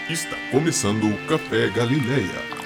Está começando o Café Galileia.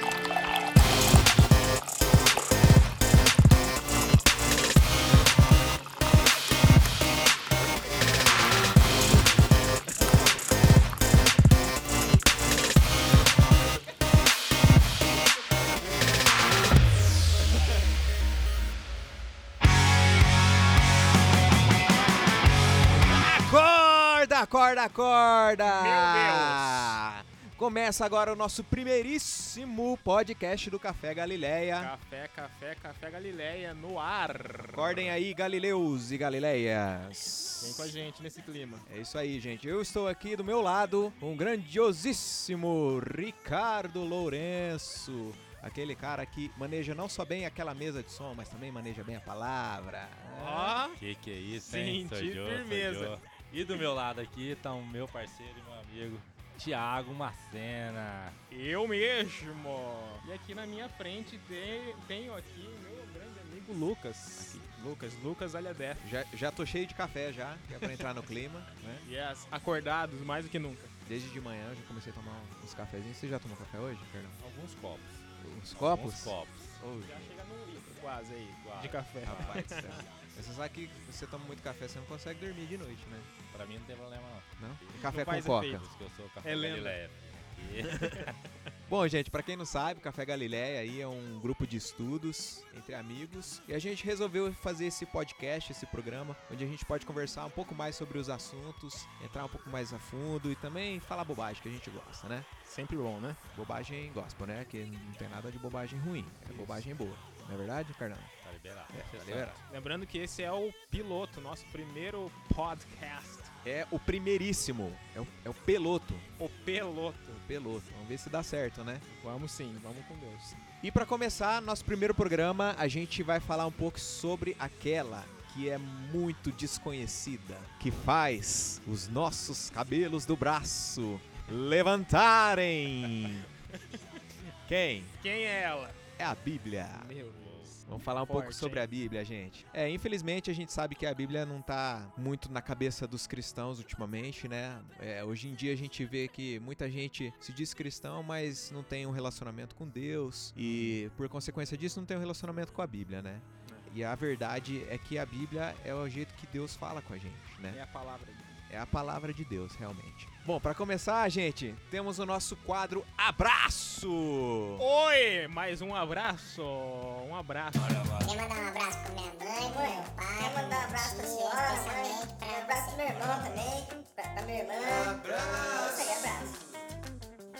Acorda! Meu Deus! Começa agora o nosso primeiríssimo podcast do Café Galileia. Café Galileia no ar. Acordem aí, Galileus e Galileias. Vem com a gente nesse clima. É isso aí, gente. Eu estou aqui do meu lado com o grandiosíssimo Ricardo Lourenço. Aquele cara que maneja não só bem aquela mesa de som, mas também maneja bem a palavra. Ó, Que é isso, hein? senti firmeza. E do meu lado aqui tá o meu parceiro e meu amigo, Thiago Macena. eu mesmo. E aqui na minha frente tenho aqui o meu grande amigo Lucas. Lucas Aliadef. Já tô cheio de café já, que é pra entrar no clima, né? Yes, acordados mais do que nunca. Desde de manhã eu já comecei a tomar uns cafezinhos. Você já tomou café hoje, Fernando? Alguns copos. Uns copos? Alguns copos. Oh, Já chega no litro quase aí, Quase. de café. rapaz do céu. Você sabe que você toma muito café, você não consegue dormir de noite, né? Pra mim não tem problema não. Não? E café Não com faz coca. efeito. Por isso que eu sou café É lenda. Galileia. Bom, gente, pra quem não sabe, o Café Galileia aí é um grupo de estudos entre amigos. E a gente resolveu fazer esse podcast, esse programa, onde a gente pode conversar um pouco mais sobre os assuntos, entrar um pouco mais a fundo e também falar bobagem, que a gente gosta, né? Sempre bom, né? Bobagem gospel, né? Que não tem nada de bobagem ruim, é bobagem boa. Não é verdade, Carlão? Tá liberado. Tá liberado. Lembrando que esse é o piloto, nosso primeiro podcast. É o primeiríssimo, é o peloto. O piloto. O peloto. Vamos ver se dá certo, né? Vamos sim, vamos com Deus. E pra começar nosso primeiro programa, a gente vai falar um pouco sobre aquela que é muito desconhecida, que faz os nossos cabelos do braço levantarem. Quem? Quem é ela? É a Bíblia. Meu Deus. Vamos falar um Forte, pouco sobre hein? a Bíblia, gente. Infelizmente a gente sabe que a Bíblia não tá muito na cabeça dos cristãos ultimamente, né? Hoje em dia a gente vê que muita gente se diz cristão, mas não tem um relacionamento com Deus e, por consequência disso, não tem um relacionamento com a Bíblia, né? E a verdade é que a Bíblia é o jeito que Deus fala com a gente, né? É a palavra de Deus. É a palavra de Deus, realmente. Bom, pra começar, gente, temos o nosso quadro Abraço! Oi! Mais um abraço. Um abraço. Quer mandar um abraço pra minha mãe, pro meu pai, quer mandar um abraço pra senhora, especialmente pra um abraço pro meu irmão também, pra minha irmã. Abraço! Isso aí, abraço.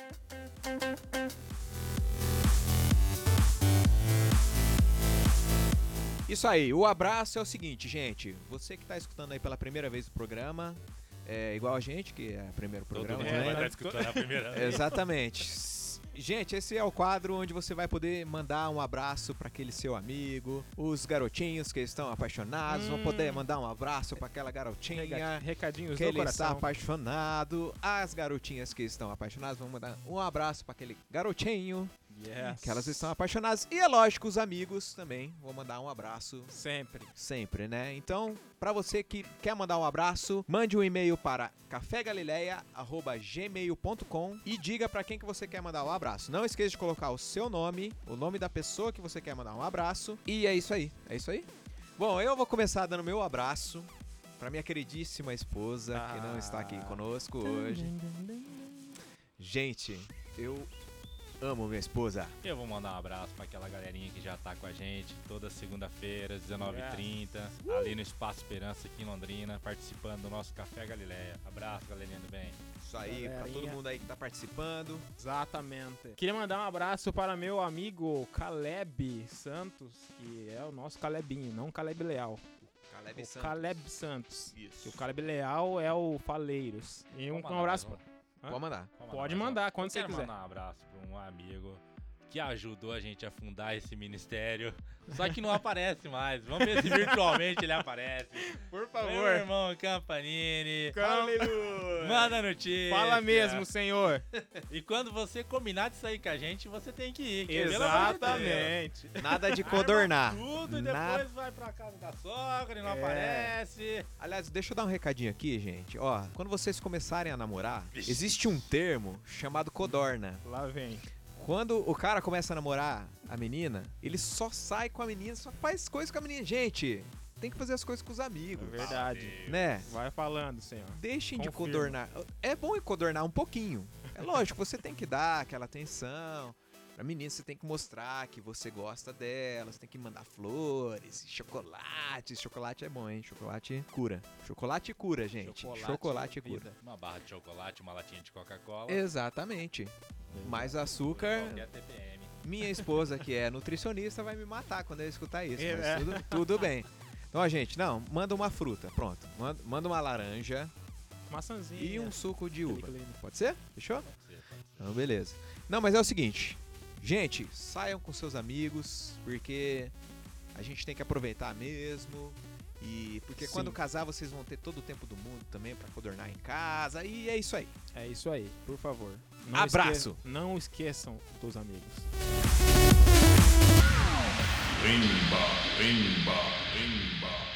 Isso aí, o abraço é o seguinte, gente. Você que tá escutando aí pela primeira vez o programa, igual a gente, que é o primeiro Todo programa mundo também, vai né? estar escutando a primeira vez. Exatamente. Gente, esse é o quadro onde você vai poder mandar um abraço para aquele seu amigo, os garotinhos que estão apaixonados vão poder mandar um abraço para aquela garotinha Recadinhos que do ele está coração. apaixonado. As garotinhas que estão apaixonadas vão mandar um abraço para aquele garotinho Yes. que elas estão apaixonadas. E é lógico, os amigos também vão mandar um abraço Sempre. né? Então, pra você que quer mandar um abraço, mande um e-mail para cafegalileia@gmail.com e diga pra quem que você quer mandar um abraço. Não esqueça de colocar o seu nome, o nome da pessoa que você quer mandar um abraço. E é isso aí. É isso aí? Bom, eu vou começar dando meu abraço pra minha queridíssima esposa, que não está aqui conosco hoje. Gente, eu amo minha esposa. Eu vou mandar um abraço pra aquela galerinha que já tá com a gente toda segunda-feira, 19h30, ali no Espaço Esperança aqui em Londrina, participando do nosso Café Galileia. Abraço, galerinha do bem. Isso aí, pra todo Galerinha. mundo aí que tá participando. Exatamente. Queria mandar um abraço para meu amigo Caleb Santos, que é o nosso Calebinho, não Caleb Leal. Caleb O Santos. Caleb Santos. Isso. Que o Caleb Leal é o Faleiros. E um Vamos abraço. mandar, Hã? Pode mandar. Pode mandar, quando Eu você quero quiser. mandar um abraço pra um amigo que ajudou a gente a fundar esse ministério. Só que não aparece mais. Vamos ver se virtualmente ele aparece. Por favor. Meu irmão Campanini. Aleluia. Manda notícia. Fala mesmo, Senhor. E quando você combinar de sair com a gente, você tem que ir. Pelo amor de Deus. Exatamente. Nada de codornar. Arma tudo e depois vai pra casa da sogra e não aparece. Aliás, deixa eu dar um recadinho aqui, gente. Ó, quando vocês começarem a namorar, existe um termo chamado codorna. Lá vem. Quando o cara começa a namorar a menina, ele só sai com a menina, só faz coisas com a menina. Gente, tem que fazer as coisas com os amigos, É verdade. né? Vai falando, Senhor. Deixem de Confirma. codornar. É bom codornar um pouquinho. É lógico, você tem que dar aquela atenção. Pra menina, você tem que mostrar que você gosta dela, você tem que mandar flores, chocolate. Chocolate é bom, hein? Chocolate cura. Chocolate cura, gente. Chocolate é cura. vida. Uma barra de chocolate, uma latinha de Coca-Cola. Exatamente. Mais açúcar. Qualquer TPM. Minha esposa, que é nutricionista, vai me matar quando eu escutar isso. É. Mas tudo bem. Então, ó, gente, não, manda uma fruta. Pronto. Manda uma laranja Maçãzinha. e um suco de uva. Clima. Pode ser? Fechou? Pode ser, pode ser. Então, beleza. Não, mas é o seguinte. Gente, saiam com seus amigos, porque a gente tem que aproveitar mesmo. E porque Sim. quando casar, vocês vão ter todo o tempo do mundo também pra codornar em casa. E é isso aí. É isso aí, por favor. Abraço. Não esqueçam dos amigos. Pimba, pimba, pimba, pimba.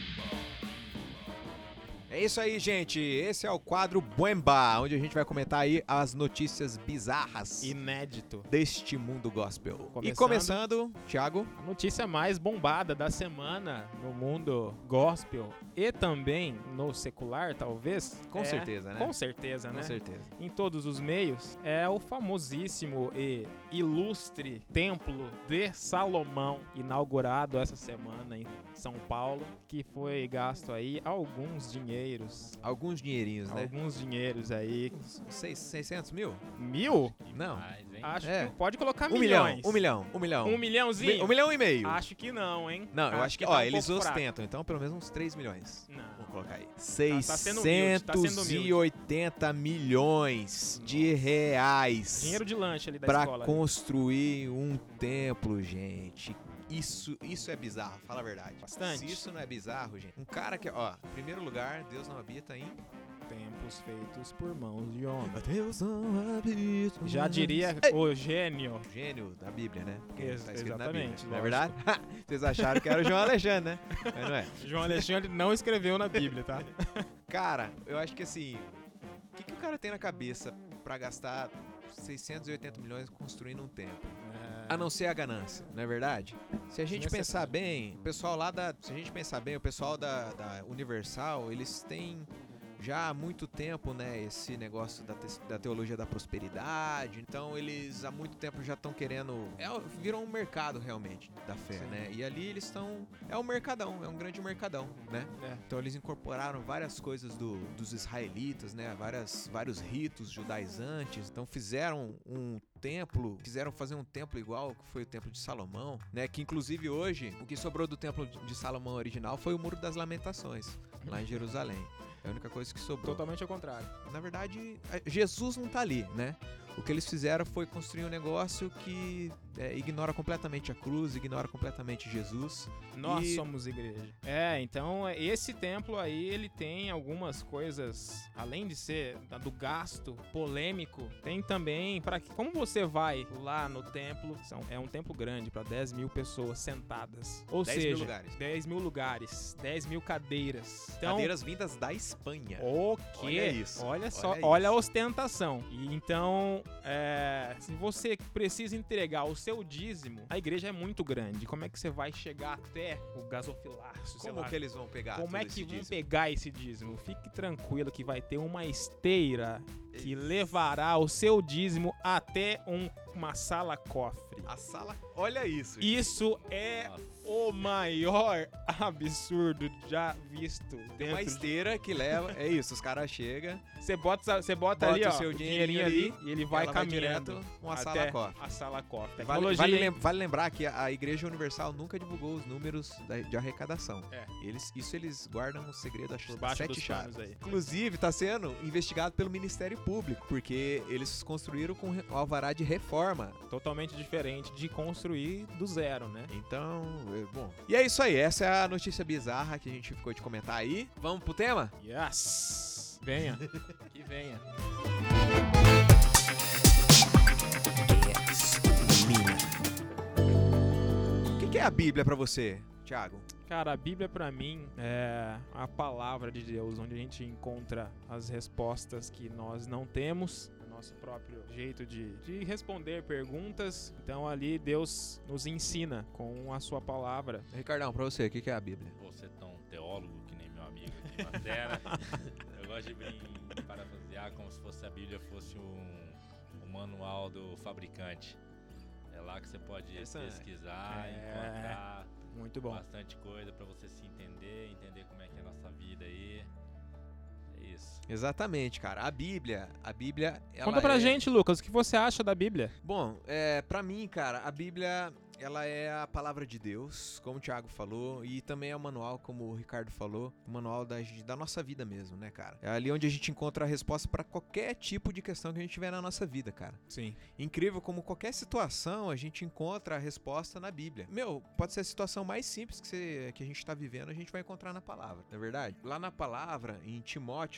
É isso aí, gente. Esse é o quadro Buemba, onde a gente vai comentar aí as notícias bizarras Inédito. deste mundo gospel. E Começando- começando, Thiago. A notícia mais bombada da semana no mundo gospel e também no secular, talvez. Com certeza, né? Com certeza, Com né? certeza. Em todos os meios, é o famosíssimo e ilustre Templo de Salomão, inaugurado essa semana em São Paulo, que foi gasto aí alguns dinheiros. Alguns dinheirinhos, né? Alguns dinheiros aí. 600 mil? 1.000? Não. Mais, hein? Acho É. que pode colocar 1 milhão. milhões. 1 milhão. 1 milhão. 1 milhãozinho? 1 milhão e meio. Acho que não, hein? Não, eu acho que, tá ó, um eles pouco fraco. ostentam, então pelo menos uns 3 milhões. Vou Não. colocar aí. sendo humilde, tá sendo humilde. 680 milhões de reais Dinheiro de lanche ali da pra escola. construir um templo, gente. Isso é bizarro, fala a verdade. Bastante. Se isso não é bizarro, gente. Um cara que, ó, em primeiro lugar, Deus não habita em... Templos feitos por mãos de homem. Deus não habita... Já diria o gênio. Gênio da Bíblia, né? Porque Ex- tá escrito na exatamente, Bíblia, não é verdade? Vocês acharam que era o João Alexandre, né? Mas não é. João Alexandre não escreveu na Bíblia, tá? Cara, eu acho que assim, o que o cara tem na cabeça pra gastar 680 milhões construindo um templo? A não ser a ganância, não é verdade? Se a gente pensar bem, o pessoal lá da... Se a gente pensar bem, o pessoal da Universal, eles têm já há muito tempo, né, esse negócio da teologia da prosperidade. Então eles há muito tempo já estão querendo... virou um mercado realmente da fé, Sim. né? E ali eles estão... É um mercadão, é um grande mercadão, né? É. Então eles incorporaram várias coisas dos israelitas, né? Vários ritos judaizantes. Então fizeram um templo, quiseram fazer um templo igual que foi o templo de Salomão, né? Que inclusive hoje, o que sobrou do templo de Salomão original foi o Muro das Lamentações, lá em Jerusalém. É a única coisa que sobrou. Totalmente ao contrário. Na verdade, Jesus não tá ali, né? O que eles fizeram foi construir um negócio que ignora completamente a cruz, ignora completamente Jesus. Nós E- somos igreja. Então esse templo aí, ele tem algumas coisas, além de ser do gasto polêmico, tem também, como você vai lá no templo, é um templo grande para 10 mil pessoas sentadas. Ou 10 mil seja, lugares. 10 mil lugares, 10 mil cadeiras. Então, Cadeiras vindas da Espanha. o quê? Olha isso. Olha só, Olha olha a isso. ostentação. E então, se você precisa entregar o seu dízimo, a igreja é muito grande. Como é que você vai chegar até o gasofilácio? sei Como lá? que eles vão pegar Como todo é esse que vão dízimo? pegar esse dízimo? Fique tranquilo que vai ter uma esteira que levará o seu dízimo até uma sala cofre. A sala Olha isso. Isso é Nossa. o maior absurdo já visto Uma dentro de... esteira que leva. É isso, os caras chegam, Você bota bota ali, ó, o seu dinheirinho ali e ele vai ela caminhando direto uma até sala coffee. a sala coffee. Vale, Tecnologia, hein? vale lembrar que a Igreja Universal nunca divulgou os números de arrecadação. É. Eles guardam um segredo Por das baixo 7 dos chaves. panos aí. Inclusive, tá sendo investigado pelo Ministério Público, porque eles construíram com o alvará de reforma. Totalmente diferente de construir do zero, né? Então, bom. E é isso aí, essa é a notícia bizarra que a gente ficou de comentar aí. Vamos pro tema? Yes! Venha. Que venha. O que é a Bíblia pra você, Thiago? Cara, a Bíblia pra mim é a palavra de Deus, onde a gente encontra as respostas que nós não temos, o nosso próprio jeito de responder perguntas. Então ali Deus nos ensina com a sua palavra. Ricardão, pra você, o que é a Bíblia? Você tão teólogo que nem meu amigo aqui, Pantera. Eu gosto de parafrasear como se fosse a Bíblia fosse um manual do fabricante. É lá que você pode pesquisar, encontrar Muito bom. bastante coisa pra você se entender como é que é a nossa vida aí. É isso. Exatamente, cara. A Bíblia, ela Conta pra gente, Lucas, o que você acha da Bíblia? Bom, pra mim, cara, a Bíblia, ela é a palavra de Deus, como o Thiago falou, e também é o manual, como o Ricardo falou, o manual da nossa vida mesmo, né, cara? É ali onde a gente encontra a resposta pra qualquer tipo de questão que a gente tiver na nossa vida, cara. Sim. Incrível como qualquer situação a gente encontra a resposta na Bíblia. Pode ser a situação mais simples que a gente tá vivendo, a gente vai encontrar na palavra, não é verdade? Lá na palavra, em 2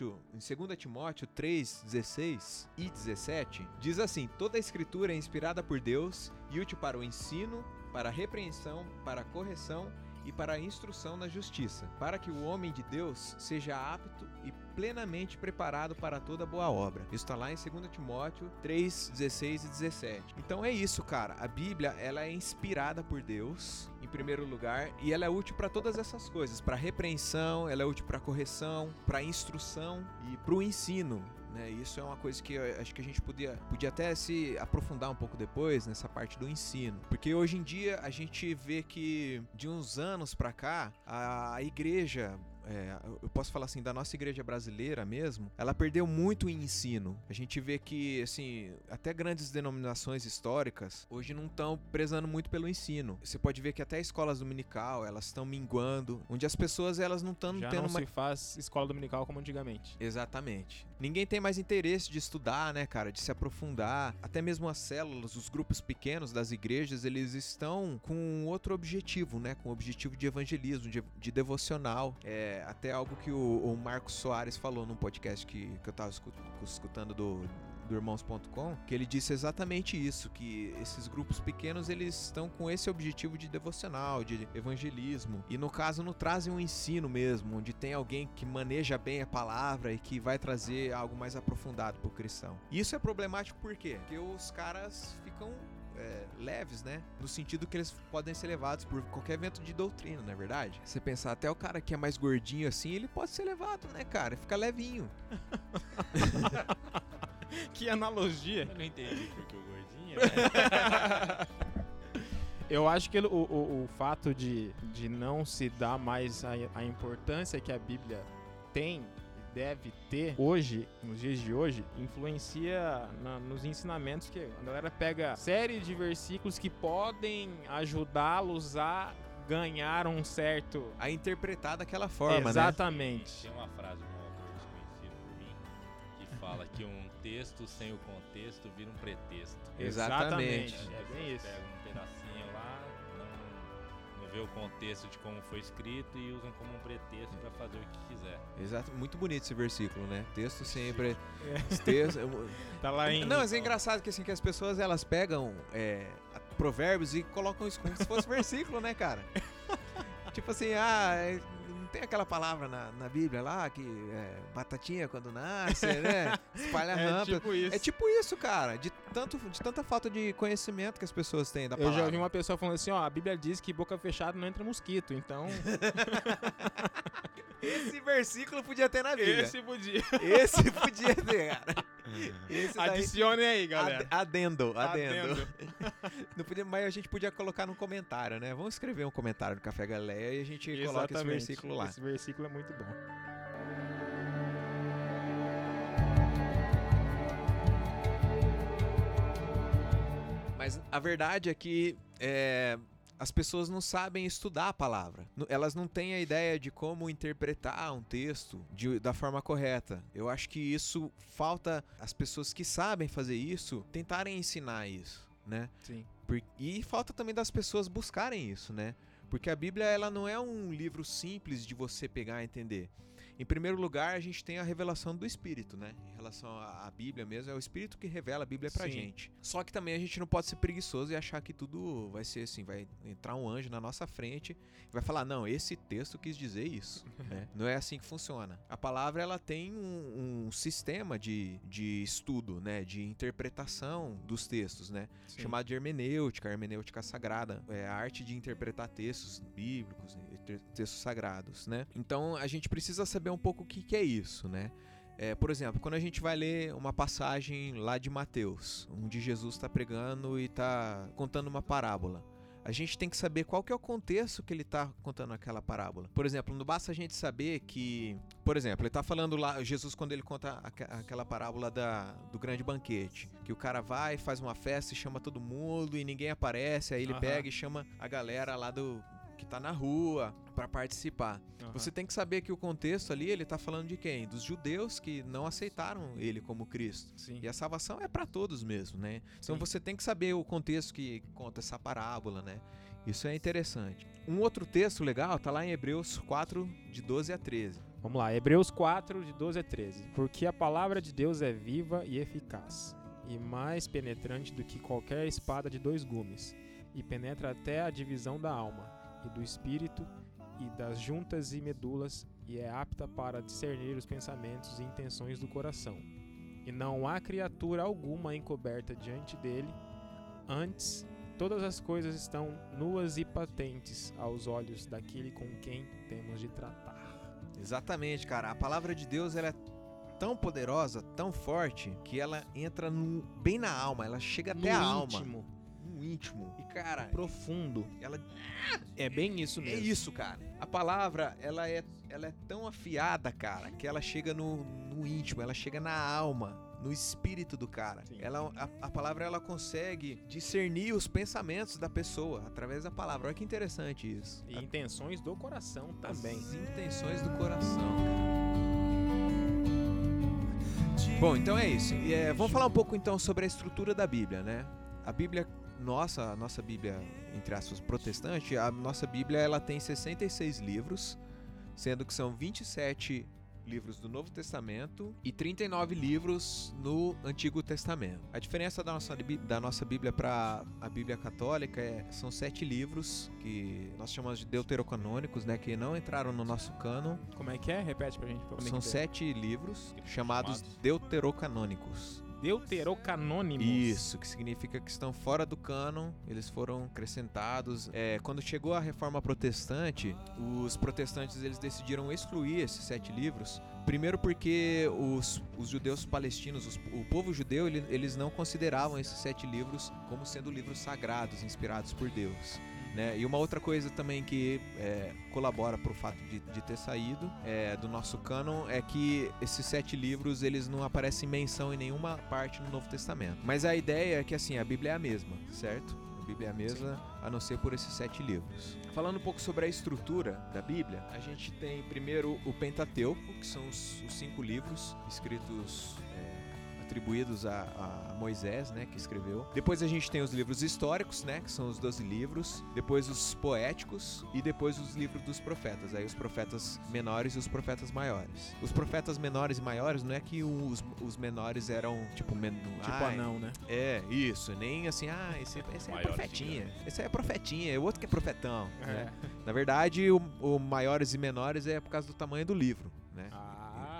Timóteo 3, 16 e 17, diz assim: toda a escritura é inspirada por Deus e útil para o ensino, para a repreensão, para a correção e para a instrução na justiça, para que o homem de Deus seja apto e plenamente preparado para toda boa obra. Isso está lá em 2 Timóteo 3, 16 e 17. Então é isso, cara. A Bíblia, ela é inspirada por Deus, em primeiro lugar, e ela é útil para todas essas coisas. Para repreensão, ela é útil para correção, para instrução e para o ensino. Isso é uma coisa que eu acho que a gente podia até se aprofundar um pouco depois nessa parte do ensino, porque hoje em dia a gente vê que de uns anos pra cá a igreja, eu posso falar assim, da nossa igreja brasileira mesmo, ela perdeu muito em ensino. A gente vê que, assim, até grandes denominações históricas hoje não estão prezando muito pelo ensino. Você pode ver que até escolas dominical, elas estão minguando, onde as pessoas, elas não estão Já tendo não se faz escola dominical como antigamente. Exatamente. Ninguém tem mais interesse de estudar, né, cara, de se aprofundar. Até mesmo as células, os grupos pequenos das igrejas, eles estão com outro objetivo, né, com o objetivo de evangelismo, de devocional. Até algo que o Marcos Soares falou num podcast que eu tava escutando do Irmãos.com, que ele disse exatamente isso, que esses grupos pequenos, eles estão com esse objetivo de devocional, de evangelismo, e no caso não trazem um ensino mesmo, onde tem alguém que maneja bem a palavra e que vai trazer algo mais aprofundado pro cristão. E isso é problemático por quê? Porque os caras ficam leves, né? No sentido que eles podem ser levados por qualquer vento de doutrina, não é verdade? Você pensar, até o cara que é mais gordinho assim, ele pode ser levado, né, cara? Fica levinho. Que analogia. Eu não entendi porque o gordinho, né? Eu acho que o fato de não se dar mais a importância que a Bíblia tem, deve ter hoje, nos dias de hoje, influencia nos ensinamentos, que a galera pega série de versículos que podem ajudá-los a ganhar um certo... A interpretar daquela forma, Exatamente. Tem uma frase de um autor desconhecido por mim que fala que um texto sem o contexto vira um pretexto. Exatamente. É bem isso. Pega um pedacinho lá, não vê o contexto de como foi escrito e usam como um pretexto pra fazer o que quiser. Exato, muito bonito esse versículo, né? Texto sempre... Texto, Tá lá em... Não, mas é engraçado que, assim, que as pessoas, elas pegam provérbios e colocam isso como se fosse versículo, né, cara? Tipo assim, não tem aquela palavra na Bíblia lá, que batatinha quando nasce, né? Espalha rampa. tipo isso. É tipo isso, cara. De tanta falta de conhecimento que as pessoas têm da Eu palavra. já ouvi uma pessoa falando assim, a Bíblia diz que boca fechada não entra mosquito, então... Esse versículo podia ter na Bíblia. Esse podia. Esse podia ter, cara. Esse daí... Adicione aí, galera. Adendo. Não podia, mas a gente podia colocar no comentário, né? Vamos escrever um comentário no Café Galileia e a gente coloca esse versículo lá. Esse versículo é muito bom. Mas a verdade é que as pessoas não sabem estudar a palavra. Elas não têm a ideia de como interpretar um texto da forma correta. Eu acho que isso falta as pessoas que sabem fazer isso tentarem ensinar isso, né? Sim. E falta também das pessoas buscarem isso, né? Porque a Bíblia, ela não é um livro simples de você pegar e entender. Em primeiro lugar, a gente tem a revelação do Espírito, né? Em relação à Bíblia mesmo, é o Espírito que revela a Bíblia pra gente. Só que também a gente não pode ser preguiçoso e achar que tudo vai ser assim, vai entrar um anjo na nossa frente e vai falar, não, esse texto quis dizer isso, né? Não é assim que funciona. A palavra, ela tem um sistema de estudo, né? De interpretação dos textos, né? Sim. Chamado de hermenêutica sagrada. É a arte de interpretar textos bíblicos, textos sagrados, né? Então, a gente precisa saber um pouco o que é isso, né? Por exemplo, quando a gente vai ler uma passagem lá de Mateus, onde Jesus está pregando e está contando uma parábola, a gente tem que saber qual que é o contexto que ele está contando aquela parábola. Por exemplo, não basta a gente saber que... Por exemplo, ele está falando lá, Jesus, quando ele conta aquela parábola do grande banquete, que o cara vai, faz uma festa e chama todo mundo e ninguém aparece, aí ele pega e chama a galera lá que tá na rua para participar. Você tem que saber que o contexto ali, ele tá falando de quem? Dos judeus que não aceitaram ele como Cristo. Sim. E a salvação é para todos mesmo, né? Então você tem que saber o contexto que conta essa parábola, né? Isso é interessante. Um outro texto legal tá lá em Hebreus 4, de 12 a 13. Vamos lá, Hebreus 4, de 12 a 13. Porque a palavra de Deus é viva e eficaz, e mais penetrante do que qualquer espada de 2 gumes, e penetra até a divisão da alma e do espírito e das juntas e medulas, e é apta para discernir os pensamentos e intenções do coração. E não há criatura alguma encoberta diante dele, antes todas as coisas estão nuas e patentes aos olhos daquele com quem temos de tratar. Exatamente, cara. A palavra de Deus, ela é tão poderosa, tão forte, que ela entra bem na alma, ela chega até a alma. No íntimo. E, cara, Profundo. ela... É bem isso mesmo. É isso, cara. A palavra, ela é tão afiada, cara, que ela chega no íntimo, ela chega na alma, no espírito do cara. A palavra, ela consegue discernir os pensamentos da pessoa através da palavra. Olha que interessante isso. E intenções do coração também. As intenções do coração, cara. Bom, então é isso. Vamos falar um pouco então sobre a estrutura da Bíblia, né? A Bíblia, a nossa Bíblia, entre aspas, protestante, a nossa Bíblia, ela tem 66 livros, sendo que são 27 livros do Novo Testamento e 39 livros no Antigo Testamento. A diferença da nossa Bíblia para a Bíblia Católica são 7 livros que nós chamamos de deuterocanônicos, né, que não entraram no nosso cânon. Como é que é? Repete pra gente. São 7 livros chamados deuterocanônicos. Deuterocanônimos. Isso, que significa que estão fora do cânon, eles foram acrescentados. Quando chegou a Reforma Protestante, os protestantes eles decidiram excluir esses 7 livros. Primeiro porque os judeus palestinos, o povo judeu, eles não consideravam esses 7 livros como sendo livros sagrados, inspirados por Deus. Né? E uma outra coisa também que colabora para o fato de ter saído do nosso cânon é que esses 7 livros eles não aparecem menção em nenhuma parte no Novo Testamento. Mas a ideia é que assim, a Bíblia é a mesma, certo? A Bíblia é a mesma, a não ser por esses 7 livros. Falando um pouco sobre a estrutura da Bíblia, a gente tem primeiro o Pentateuco, que são os 5 livros escritos... atribuídos a Moisés, né, que escreveu. Depois a gente tem os livros históricos, né, que são os 12 livros. Depois os poéticos e depois os livros dos profetas. Aí os profetas menores e os profetas maiores. Os profetas menores e maiores não é que os menores eram tipo anão, né? Isso. Nem assim, esse é profetinha. Esse é profetinha, o outro que é profetão. Né? Na verdade, o maiores e menores é por causa do tamanho do livro, né?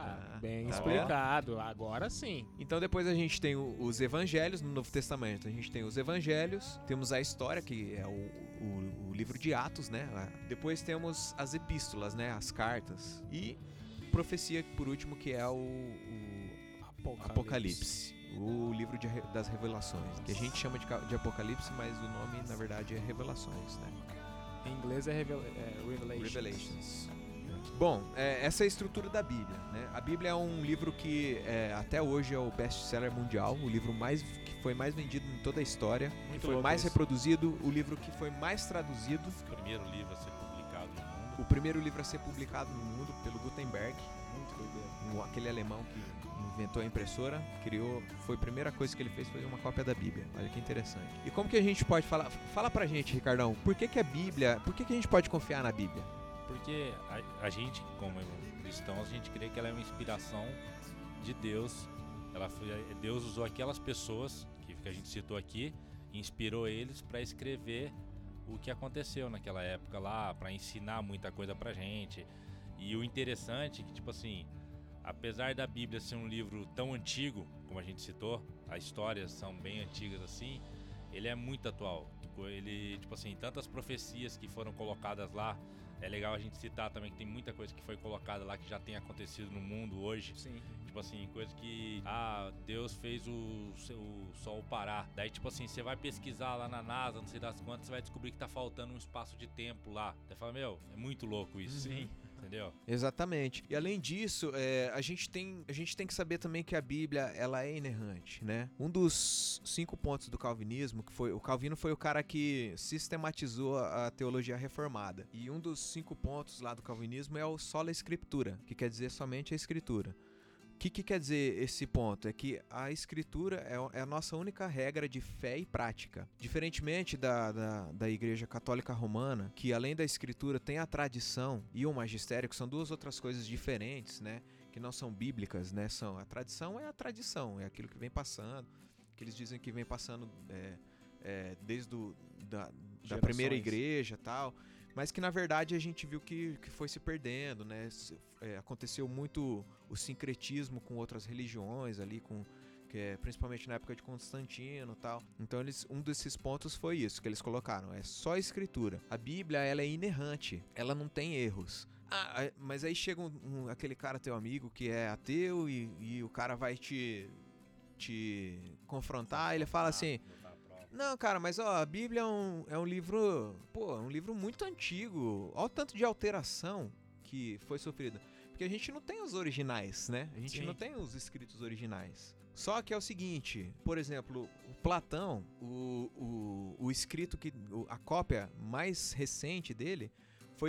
Bem Tá explicado, agora sim. Então depois a gente tem os evangelhos no Novo Testamento. A gente tem os evangelhos, temos a história, que é o livro de Atos, né? Depois temos as epístolas, né? As cartas. E profecia, por último, que é o Apocalipse. O livro das revelações. Que a gente chama de Apocalipse, mas o nome, na verdade, é Revelações, né? Em inglês é Revelations. Bom, essa é a estrutura da Bíblia, né? A Bíblia é um livro que até hoje é o best-seller mundial, o livro que foi mais vendido em toda a história, Muito que foi louco mais isso. reproduzido, o livro que foi mais traduzido, O primeiro livro a ser publicado no mundo. o primeiro livro a ser publicado no mundo pelo Gutenberg, Muito doideira. aquele alemão que inventou a impressora, foi a primeira coisa que ele fez, foi uma cópia da Bíblia. Olha que interessante. E como que a gente pode falar? Fala pra gente, Ricardão, por que a Bíblia, por que a gente pode confiar na Bíblia? Porque a gente, como cristãos, a gente crê que ela é uma inspiração de Deus. Deus usou aquelas pessoas que a gente citou aqui, inspirou eles para escrever o que aconteceu naquela época lá, para ensinar muita coisa pra gente. E o interessante é que, tipo assim, apesar da Bíblia ser um livro tão antigo, como a gente citou, as histórias são bem antigas assim, ele é muito atual. Ele, tipo assim, tantas profecias que foram colocadas lá. É legal a gente citar também que tem muita coisa que foi colocada lá que já tem acontecido no mundo hoje. Sim. Tipo assim, coisa que... Deus fez o sol parar. Daí, tipo assim, você vai pesquisar lá na NASA, não sei das quantas, você vai descobrir que tá faltando um espaço de tempo lá. Você fala, é muito louco isso. Sim. Entendeu? Exatamente. E além disso, a gente tem que saber também que a Bíblia, ela é inerrante, né? Um dos 5 pontos do calvinismo, o Calvino foi o cara que sistematizou a teologia reformada. E um dos 5 pontos lá do calvinismo é o sola scriptura, que quer dizer somente a escritura. O que quer dizer esse ponto? É que a escritura é a nossa única regra de fé e prática. Diferentemente da Igreja Católica Romana, que além da escritura tem a tradição e o magistério, que são duas outras coisas diferentes, né? Que não são bíblicas, né? A tradição, é aquilo que vem passando, que eles dizem que vem passando desde da primeira igreja e tal. Mas que na verdade a gente viu que foi se perdendo, né? Aconteceu muito o sincretismo com outras religiões ali, principalmente na época de Constantino e tal. Então um desses pontos foi isso que eles colocaram, é só a escritura. A Bíblia, ela é inerrante, ela não tem erros. Mas aí chega aquele cara teu amigo que é ateu e o cara vai te confrontar, ele fala assim... Não, cara, mas a Bíblia é um livro, um livro muito antigo. Olha o tanto de alteração que foi sofrida. Porque a gente não tem os originais, né? A gente Sim. não tem os escritos originais. Só que é o seguinte, por exemplo, o Platão, o escrito a cópia mais recente dele foi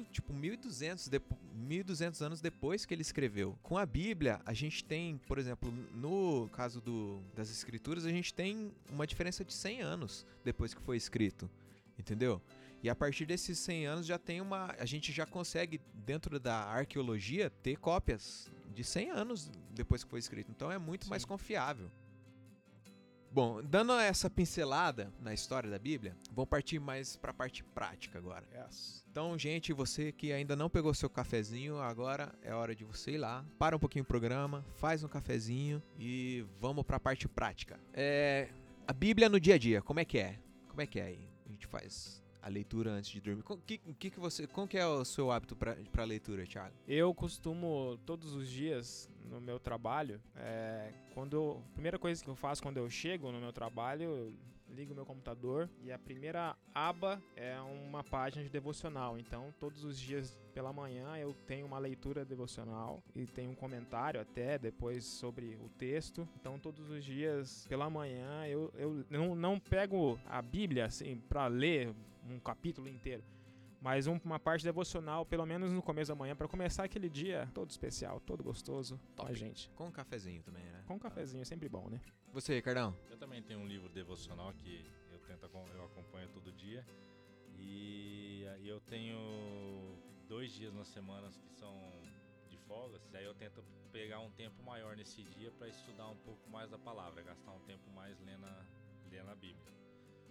1.200 anos depois que ele escreveu. Com a Bíblia, a gente tem, por exemplo, no caso das escrituras, a gente tem uma diferença de 100 anos depois que foi escrito, entendeu? E a partir desses 100 anos a gente já consegue, dentro da arqueologia, ter cópias de 100 anos depois que foi escrito. Então é muito mais confiável. Bom, dando essa pincelada na história da Bíblia, vamos partir mais para a parte prática agora. Yes. Então, gente, você que ainda não pegou seu cafezinho, agora é hora de você ir lá, para um pouquinho o programa, faz um cafezinho e vamos para a parte prática. A Bíblia no dia a dia, como é que é? Como é que é aí? A gente faz a leitura antes de dormir. Como que é o seu hábito para leitura, Thiago? Eu costumo, todos os dias no meu trabalho, a primeira coisa que eu faço quando eu chego no meu trabalho, eu ligo meu computador e a primeira aba é uma página de devocional. Então, todos os dias pela manhã eu tenho uma leitura devocional e tenho um comentário até depois sobre o texto. Então, todos os dias pela manhã eu não pego a Bíblia assim para ler um capítulo inteiro, mas uma parte devocional, pelo menos no começo da manhã, para começar aquele dia todo especial, todo gostoso com a gente. Com um cafezinho também, né? Com um cafezinho, é sempre bom, né? Você, Ricardão? Eu também tenho um livro devocional que eu acompanho todo dia. E eu tenho 2 dias nas semanas que são de folgas. Daí eu tento pegar um tempo maior nesse dia para estudar um pouco mais da palavra, gastar um tempo mais lendo a Bíblia.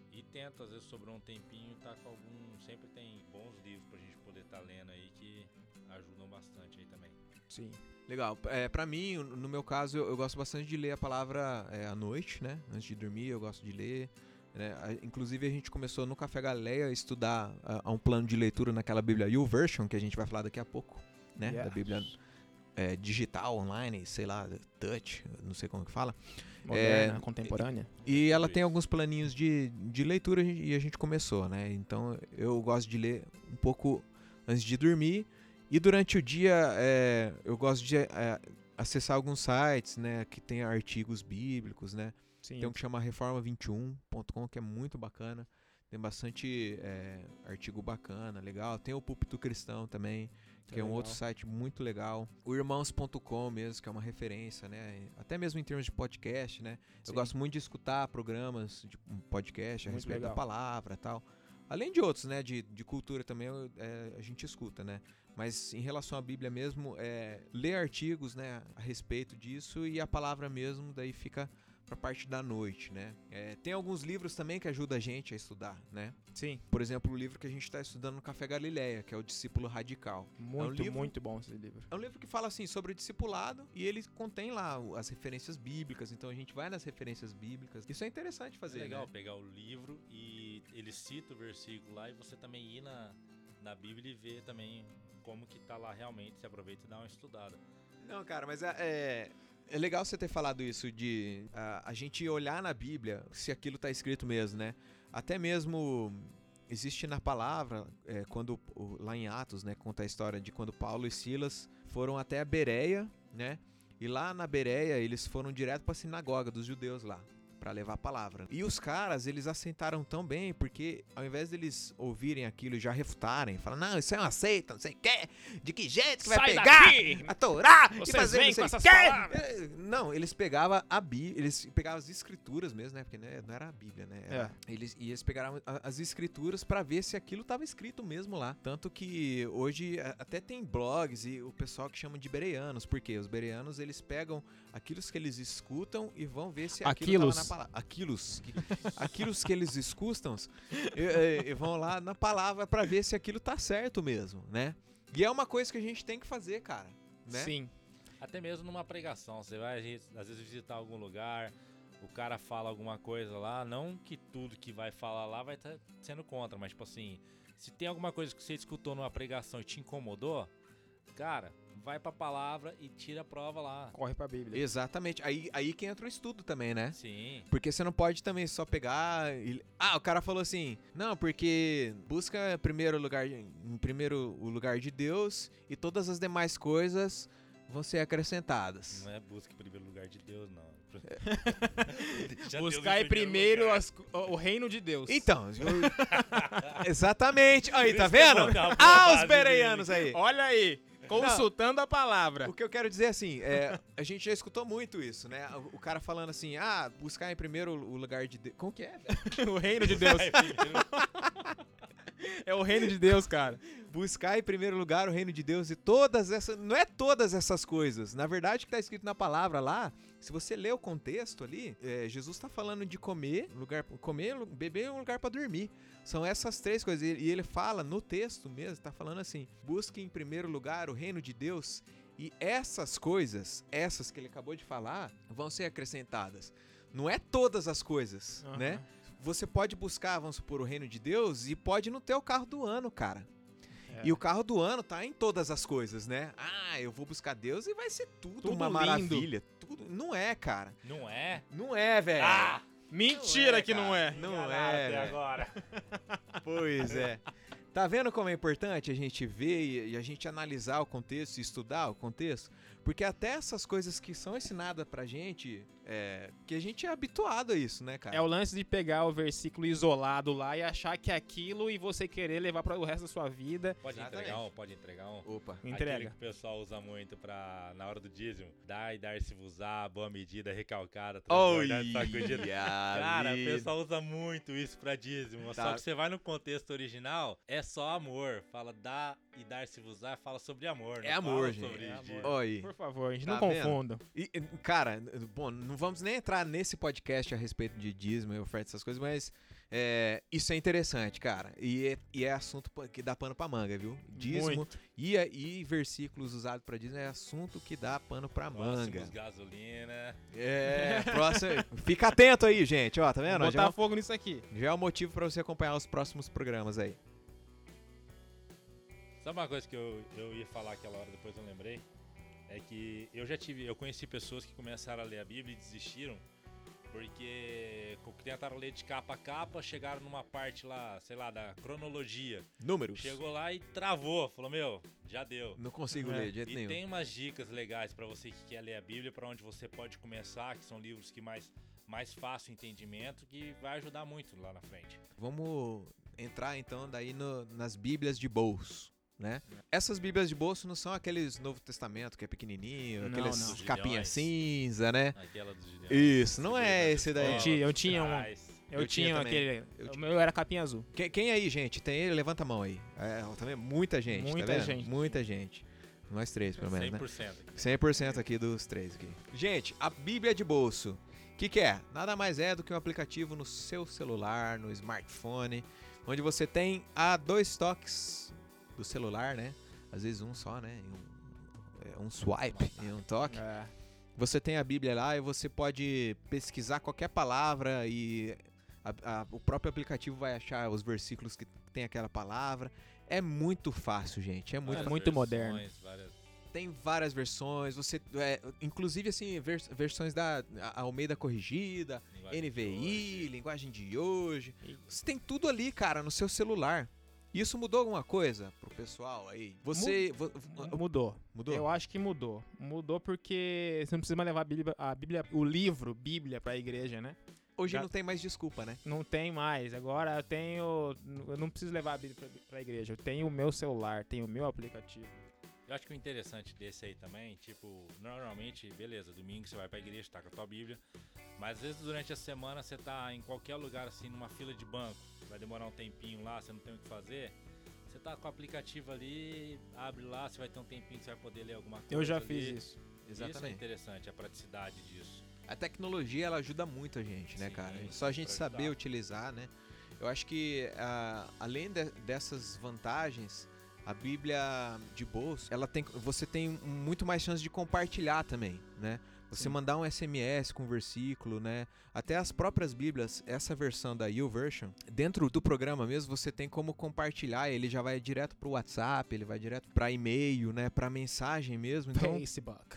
E tento, às vezes, sobrou um tempinho, tá com algum... Sempre tem bons livros pra gente poder estar lendo aí que ajudam bastante aí também. Sim. Legal. Pra mim, no meu caso, eu gosto bastante de ler a palavra à noite, né? Antes de dormir, eu gosto de ler. Né? Inclusive, a gente começou no Café Galileia a estudar um plano de leitura naquela Bíblia YouVersion, que a gente vai falar daqui a pouco, né? Yeah. Da Bíblia digital, online, sei lá, touch, não sei como que fala. Moderna, contemporânea. E ela tem alguns planinhos de leitura e a gente começou, né? Então, eu gosto de ler um pouco antes de dormir. E durante o dia, eu gosto de acessar alguns sites, né? Que tem artigos bíblicos, né? Sim. Tem um que chama reforma21.com, que é muito bacana. Tem bastante artigo bacana, legal. Tem o Púlpito Cristão também, que é um legal. outro site muito legal. O irmãos.com mesmo, que é uma referência, né? Até mesmo em termos de podcast, né? Sim. Eu gosto muito de escutar programas de podcast a Muito respeito legal. da palavra e tal. Além de outros, né? De cultura também a gente escuta, né? Mas em relação à Bíblia mesmo, ler artigos, né? A respeito disso e a palavra mesmo, daí fica pra parte da noite, né? Tem alguns livros também que ajudam a gente a estudar, né? Sim. Por exemplo, o livro que a gente está estudando no Café Galileia, que é o Discípulo Radical. Muito, livro- muito bom esse livro. É um livro que fala assim sobre o discipulado e ele contém lá as referências bíblicas, então a gente vai nas referências bíblicas. Isso é interessante É fazer, legal né? pegar o livro e ele cita o versículo lá e você também ir na Bíblia e ver também como que tá lá realmente, se aproveita e dá uma estudada. Não, cara, mas é legal você ter falado isso de a gente olhar na Bíblia se aquilo tá escrito mesmo, né? Até mesmo existe na palavra, quando lá em Atos, né, conta a história de quando Paulo e Silas foram até a Bereia, né? E lá na Bereia eles foram direto para a sinagoga dos judeus lá, para levar a palavra. E os caras, eles aceitaram tão bem, porque ao invés deles ouvirem aquilo e já refutarem, falam, não, isso é uma seita, não sei o quê, de que jeito que vai Sai pegar daqui! a Torá e Vocês fazer vêm não sei com o essas quê? palavras. Não, eles pegavam a Bíblia, eles pegavam as escrituras mesmo, né, porque né, não era a Bíblia, né, eles pegaram as escrituras para ver se aquilo estava escrito mesmo lá. Tanto que hoje até tem blogs e o pessoal que chamam de bereanos, porque os bereanos, eles pegam aquilo que eles escutam e vão ver se aquilo estava na palavra. Aquilo que eles escutam e vão lá na palavra pra ver se aquilo tá certo mesmo, né? E é uma coisa que a gente tem que fazer, cara, né? Sim. Até mesmo numa pregação, você vai às vezes visitar algum lugar, o cara fala alguma coisa lá, não que tudo que vai falar lá vai estar sendo contra, mas tipo assim, se tem alguma coisa que você escutou numa pregação e te incomodou, cara, vai pra palavra e tira a prova lá. Corre pra Bíblia. Exatamente. Aí que entra o estudo também, né? Sim. Porque você não pode também só pegar e... Ah, o cara falou assim, não, porque busca em primeiro o lugar de Deus e todas as demais coisas vão ser acrescentadas. Não é busca em primeiro lugar de Deus, não. Buscar em primeiro o reino de Deus. Então, exatamente. Aí, tá Por isso que vendo? eu vou dar uma Ah, os base bereanos aí. Olha aí, consultando a palavra. O que eu quero dizer assim, a gente já escutou muito isso, né? O cara falando assim, buscar em primeiro o lugar de Deus. Como que é, velho? O reino de Deus. É o reino de Deus, cara. Buscar em primeiro lugar o reino de Deus e todas essas... Não é todas essas coisas. Na verdade, o que tá escrito na palavra lá, se você ler o contexto ali, Jesus tá falando de comer, beber e um lugar pra dormir. São essas três coisas. E ele fala no texto mesmo, tá falando assim, busque em primeiro lugar o reino de Deus e essas coisas, essas que ele acabou de falar, vão ser acrescentadas. Não é todas as coisas, né? Você pode buscar, vamos supor, o reino de Deus e pode não ter o carro do ano, cara. E o carro do ano tá em todas as coisas, né? Eu vou buscar Deus e vai ser tudo uma lindo. maravilha. Tudo. Não é, cara. Não é? Não é, velho. Mentira que não é. Não Enganado é, até velho. agora. Pois é. Tá vendo como é importante a gente ver e a gente analisar o contexto e estudar o contexto? Porque até essas coisas que são ensinadas pra gente, que a gente é habituado a isso, né, cara? É o lance de pegar o versículo isolado lá e achar que é aquilo e você querer levar para o resto da sua vida. Pode entregar um. Opa. Entrega. Aquele que o pessoal usa muito na hora do dízimo. Dar e dar-se-vos-á, boa medida, recalcada, transbordante, sacudida. Cara, o pessoal usa muito isso pra dízimo. Tá. Só que você vai no contexto original, é só amor. Fala dá e dar-se-vos-á, fala sobre amor. É não amor, fala gente. sobre É dízimo. amor. Olha aí. Por favor, gente, Tá não vendo? confundam. E, cara, bom, não vamos nem entrar nesse podcast a respeito de dízimo e oferta, essas coisas, mas isso é interessante, cara. E é assunto que dá pano pra manga, viu? Dízimo e versículos usados pra dízimo é assunto que dá pano pra manga. Próximos gasolina. Próximo. Fica atento aí, gente. Ó, tá vendo? Vou botar fogo nisso aqui. Já é o motivo pra você acompanhar os próximos programas aí. Sabe uma coisa que eu ia falar aquela hora, depois eu lembrei? É que eu conheci pessoas que começaram a ler a Bíblia e desistiram porque tentaram ler de capa a capa, chegaram numa parte lá, sei lá, da cronologia. Números. Chegou lá e travou, falou, já deu. Não consigo ler de jeito nenhum. E tem umas dicas legais pra você que quer ler a Bíblia, pra onde você pode começar, que são livros que mais fácil entendimento, que vai ajudar muito lá na frente. Vamos entrar então daí nas Bíblias de bolso. Né? Essas Bíblias de bolso não são aqueles Novo Testamento que é pequenininho, aqueles capinha cinza, né? Aquela dos Gideões. Isso, não é esse daí. Eu tinha um. Eu tinha aquele. O meu era capinha azul. Quem aí, gente? Tem ele? Levanta a mão aí. Também muita gente. Muita gente. Muita gente. Nós três, pelo menos, 100% né? aqui. 100% aqui dos três aqui. Gente, a Bíblia de bolso. O que é? Nada mais é do que um aplicativo no seu celular, no smartphone, onde você tem a 2 toques do celular, né? Às vezes um só, né? Um swipe e um toque. Você tem a Bíblia lá e você pode pesquisar qualquer palavra e o próprio aplicativo vai achar os versículos que tem aquela palavra. É muito fácil, gente. É muito moderno. Tem várias versões. Você, inclusive assim, versões da Almeida Corrigida, NVI, linguagem de hoje. Você tem tudo ali, cara, no seu celular. Isso mudou alguma coisa pro pessoal aí? Mudou. Mudou? Eu acho que mudou. Mudou porque você não precisa mais levar o livro Bíblia pra igreja, né? Hoje não tem mais desculpa, né? Não tem mais. Agora eu não preciso levar a Bíblia pra igreja. Eu tenho o meu celular, tenho o meu aplicativo. Eu acho que o interessante desse aí também, tipo, normalmente, beleza, domingo você vai pra igreja, tá com a tua Bíblia, mas às vezes durante a semana você tá em qualquer lugar, assim, numa fila de banco, vai demorar um tempinho lá, você não tem o que fazer, você tá com o aplicativo ali, abre lá, você vai ter um tempinho que você vai poder ler alguma coisa. Eu já ali. fiz isso. Exatamente. Isso é interessante, a praticidade disso. A tecnologia, ela ajuda muito a gente, né, Sim, cara? Só a gente saber utilizar, né? Eu acho que, além dessas vantagens, a Bíblia de bolso, você tem muito mais chance de compartilhar também, né? Você mandar um SMS com um versículo, né? Até as próprias Bíblias, essa versão da YouVersion, dentro do programa mesmo, você tem como compartilhar, ele já vai direto pro WhatsApp, ele vai direto pra e-mail, né? Pra mensagem mesmo. Então, Facebook.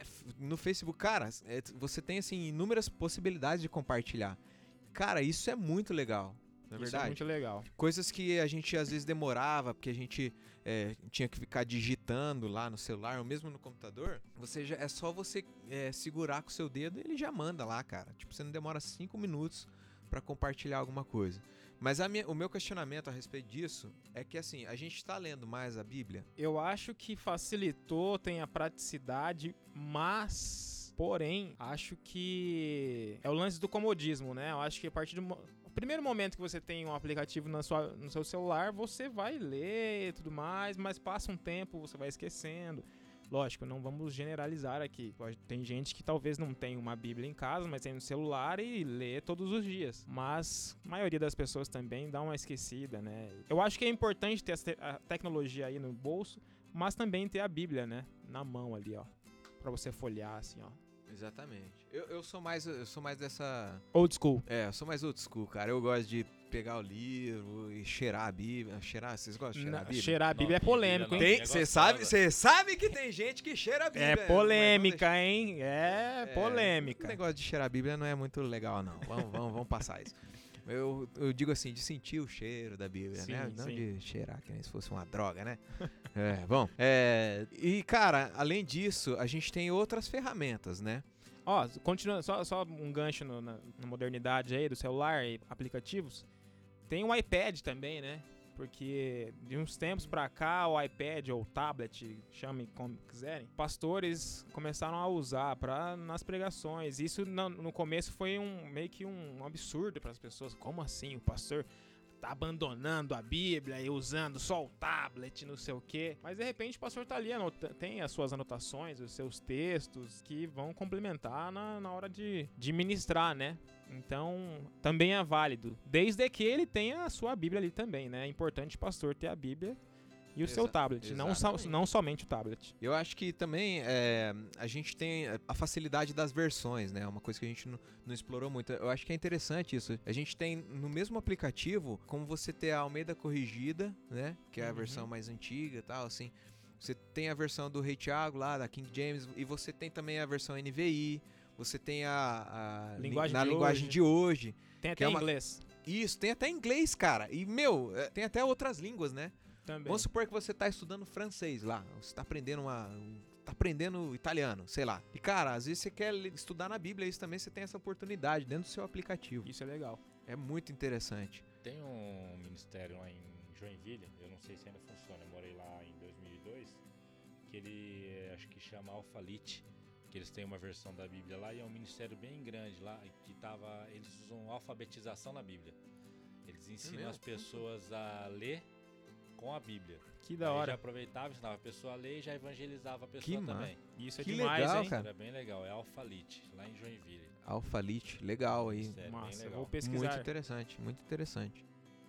No Facebook, cara, você tem, assim, inúmeras possibilidades de compartilhar. Cara, isso é muito legal. Não é verdade? Isso é muito legal. Coisas que a gente às vezes demorava, porque a gente tinha que ficar digitando lá no celular ou mesmo no computador. É só você segurar com o seu dedo e ele já manda lá, cara. Tipo, você não demora 5 minutos pra compartilhar alguma coisa. Mas o meu questionamento a respeito disso é que, assim, a gente tá lendo mais a Bíblia. Eu acho que facilitou, tem a praticidade, mas... Porém, acho que é o lance do comodismo, né? Eu acho que a partir do primeiro momento que você tem um aplicativo no seu celular, você vai ler e tudo mais, mas passa um tempo, você vai esquecendo. Lógico, não vamos generalizar aqui. Tem gente que talvez não tenha uma Bíblia em casa, mas tem no celular e lê todos os dias. Mas a maioria das pessoas também dá uma esquecida, né? Eu acho que é importante ter a tecnologia aí no bolso, mas também ter a Bíblia, né? Na mão ali, ó. Pra você folhear, assim, ó. Exatamente. Eu sou mais dessa... Old school. Eu sou mais old school, cara. Eu gosto de pegar o livro e cheirar a Bíblia. Vocês gostam de cheirar a Bíblia? Cheirar a Bíblia é polêmico, hein? Você sabe que tem gente que cheira a Bíblia. É polêmica, hein? Polêmica. O negócio de cheirar a Bíblia não é muito legal, não. Vamos passar isso. Eu digo assim, de sentir o cheiro da Bíblia, sim, né? Não sim. de cheirar, que nem se fosse uma droga, né? E, cara, além disso, a gente tem outras ferramentas, né? Ó, continuando, só um gancho na modernidade aí do celular e aplicativos. Tem o iPad também, né? Porque de uns tempos pra cá, o iPad ou o tablet, chamem como quiserem, pastores começaram a usar nas pregações. Isso no começo foi meio que um absurdo para as pessoas. Como assim? O pastor tá abandonando a Bíblia e usando só o tablet, não sei o quê. Mas de repente o pastor tá ali, tem as suas anotações, os seus textos que vão complementar na hora de ministrar, né? Então, também é válido. Desde que ele tenha a sua Bíblia ali também, né? É importante o pastor ter a Bíblia e o seu tablet, não somente o tablet. Eu acho que também a gente tem a facilidade das versões, né? Uma coisa que a gente não explorou muito. Eu acho que é interessante isso. A gente tem no mesmo aplicativo, como você ter a Almeida Corrigida, né? Que é a versão mais antiga e tal, assim. Você tem a versão do Rei Thiago lá, da King James, e você tem também a versão NVI, você tem a linguagem de hoje. Tem até em inglês. Isso, tem até inglês, cara. E, tem até outras línguas, né? Também. Vamos supor que você tá estudando francês lá, você tá aprendendo italiano, sei lá. E, cara, às vezes você quer estudar na Bíblia, isso também você tem essa oportunidade dentro do seu aplicativo. Isso é legal. É muito interessante. Tem um ministério lá em Joinville, eu não sei se ainda funciona, eu morei lá em 2002, que ele, acho que chama Alphalite, que eles têm uma versão da Bíblia lá e é um ministério bem grande lá, que eles usam alfabetização na Bíblia. Eles ensinam as pessoas a ler com a Bíblia. Que da hora. Já aproveitava, ensinava a pessoa a ler e já evangelizava a pessoa também. Isso é que demais, legal, hein? cara. É bem legal, é Alphalite, lá em Joinville. Alphalite, legal aí. Massa, eu legal. vou pesquisar. Muito interessante, muito interessante.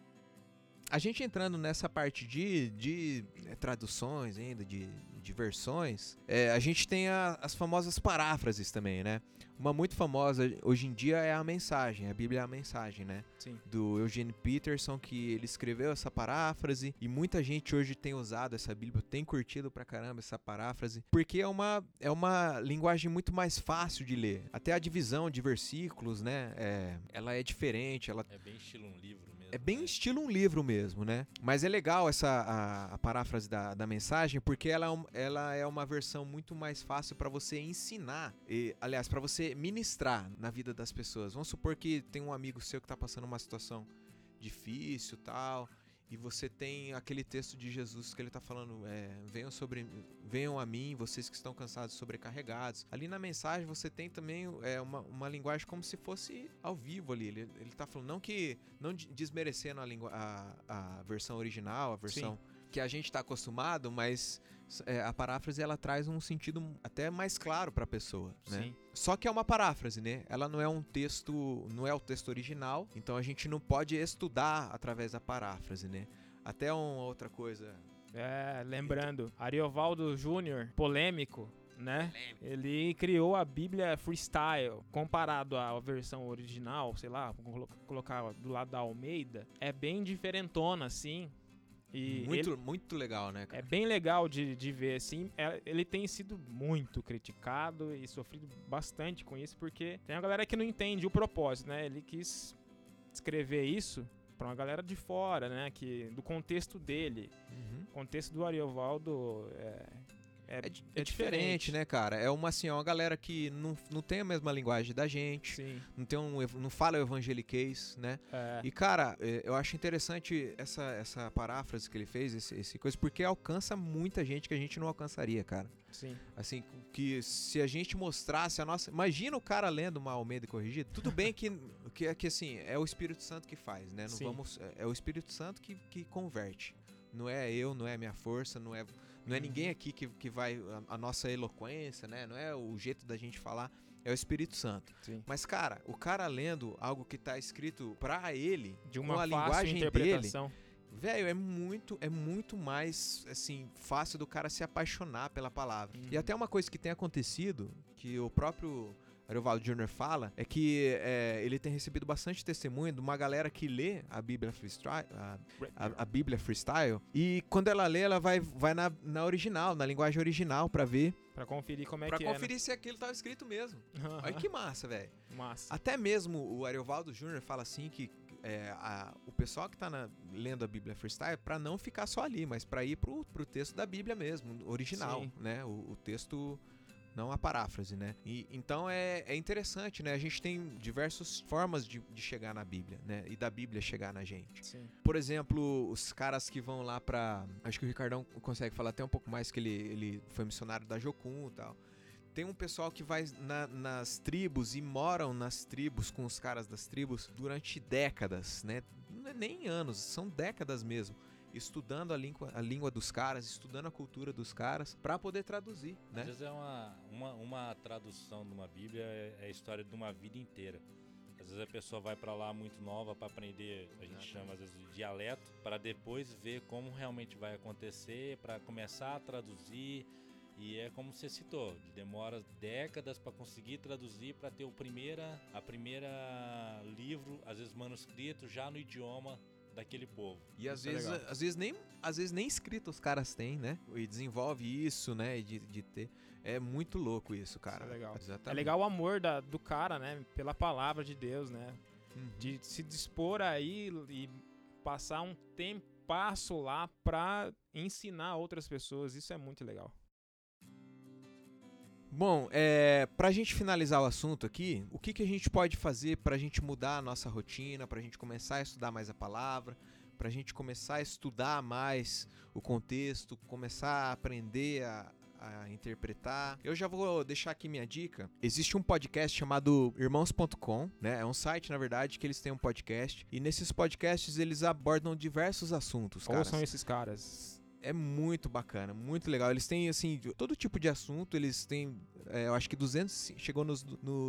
A gente entrando nessa parte de traduções ainda, de versões, a gente tem as famosas paráfrases também, né? Uma muito famosa hoje em dia é a Mensagem, a Bíblia é a Mensagem, né? Sim. Do Eugene Peterson, que ele escreveu essa paráfrase e muita gente hoje tem usado essa Bíblia, tem curtido pra caramba essa paráfrase, porque é uma linguagem muito mais fácil de ler. Até a divisão de versículos, né? Ela é diferente, ela É bem estilo um livro mesmo. é bem né? estilo um livro mesmo, né? Mas é legal a paráfrase da mensagem, porque ela é uma versão muito mais fácil para você ensinar, aliás, para você ministrar na vida das pessoas. Vamos supor que tem um amigo seu que tá passando uma situação difícil e tal, e você tem aquele texto de Jesus que ele tá falando, venham a mim, vocês que estão cansados e sobrecarregados. Ali na mensagem você tem também uma linguagem como se fosse ao vivo ali. Ele tá falando, não desmerecendo a versão original, a versão que a gente tá acostumado, mas a paráfrase ela traz um sentido até mais claro para a pessoa, né? Sim. Só que é uma paráfrase, né? Ela não é um texto, não é o texto original, então a gente não pode estudar através da paráfrase, né? Até uma outra coisa. Lembrando, Ariovaldo Júnior, polêmico, né? Ele criou a Bíblia Freestyle, comparado à versão original, sei lá, vou colocar do lado da Almeida, é bem diferentona, assim. E muito legal, né, cara? é bem legal de ver, assim. Ele tem sido muito criticado e sofrido bastante com isso, porque tem uma galera que não entende o propósito, né? Ele quis escrever isso pra uma galera de fora, né? Do contexto dele. O contexto do Ariovaldo É diferente, né, cara? É uma galera que não tem a mesma linguagem da gente. Sim. Não fala o evangeliquez, né? E, cara, eu acho interessante essa paráfrase que ele fez, esse coisa, porque alcança muita gente que a gente não alcançaria, cara. Sim. Assim, que se a gente mostrasse a nossa... Imagina o cara lendo uma Almeida Corrigida. Tudo bem que assim, é o Espírito Santo que faz, né? É o Espírito Santo que converte. Não é eu, não é a minha força, não é ninguém aqui que vai... A nossa eloquência, né? Não é o jeito da gente falar. É o Espírito Santo. Sim. Mas, cara, o cara lendo algo que tá escrito pra ele, De uma com a fácil linguagem interpretação. dele... Velho, é muito mais, assim, fácil do cara se apaixonar pela palavra. E até uma coisa que tem acontecido, que o próprio Ariovaldo Júnior fala, é que ele tem recebido bastante testemunho de uma galera que lê a Bíblia Freestyle, a Bíblia Freestyle, e quando ela lê, ela vai na original, na linguagem original, pra ver. Pra conferir como é Pra que conferir se aquilo tava escrito mesmo. Olha que massa, velho. Massa. Até mesmo o Ariovaldo Júnior fala assim que o pessoal que tá lendo a Bíblia Freestyle, pra não ficar só ali, mas pra ir pro texto da Bíblia mesmo, original, Sim. né? O texto, não a paráfrase, né? E, então é interessante, né? A gente tem diversas formas de chegar na Bíblia, né? E da Bíblia chegar na gente. Sim. Por exemplo, os caras que vão lá pra... Acho que o Ricardão consegue falar até um pouco mais, que ele foi missionário da Jocum e tal. Tem um pessoal que vai nas tribos e moram nas tribos com os caras das tribos durante décadas, né? Não é nem anos, são décadas mesmo. Estudando a língua dos caras, estudando a cultura dos caras, pra poder traduzir, né? Às vezes é uma tradução de uma Bíblia, é a história de uma vida inteira. Às vezes a pessoa vai pra lá muito nova pra aprender, a gente chama às vezes de dialeto, pra depois ver como realmente vai acontecer, pra começar a traduzir. E é como você citou, demora décadas para conseguir traduzir, para ter a primeira livro, às vezes manuscrito, já no idioma daquele povo. E às vezes nem escrito os caras têm, né? E desenvolve isso, né? De ter. É muito louco isso, cara. Isso é legal. Exatamente. É legal o amor do cara, né? Pela palavra de Deus, né? De se dispor aí e passar um tempasso lá pra ensinar outras pessoas. Isso é muito legal. Bom, pra gente finalizar o assunto aqui, o que a gente pode fazer pra gente mudar a nossa rotina, pra gente começar a estudar mais a palavra, pra gente começar a estudar mais o contexto, começar a aprender a interpretar. Eu já vou deixar aqui minha dica. Existe um podcast chamado irmãos.com, né? É um site, na verdade, que eles têm um podcast. E nesses podcasts eles abordam diversos assuntos, cara. Quais são esses caras? É muito bacana, muito legal. Eles têm, assim, todo tipo de assunto. Eles têm, eu acho que chegou nos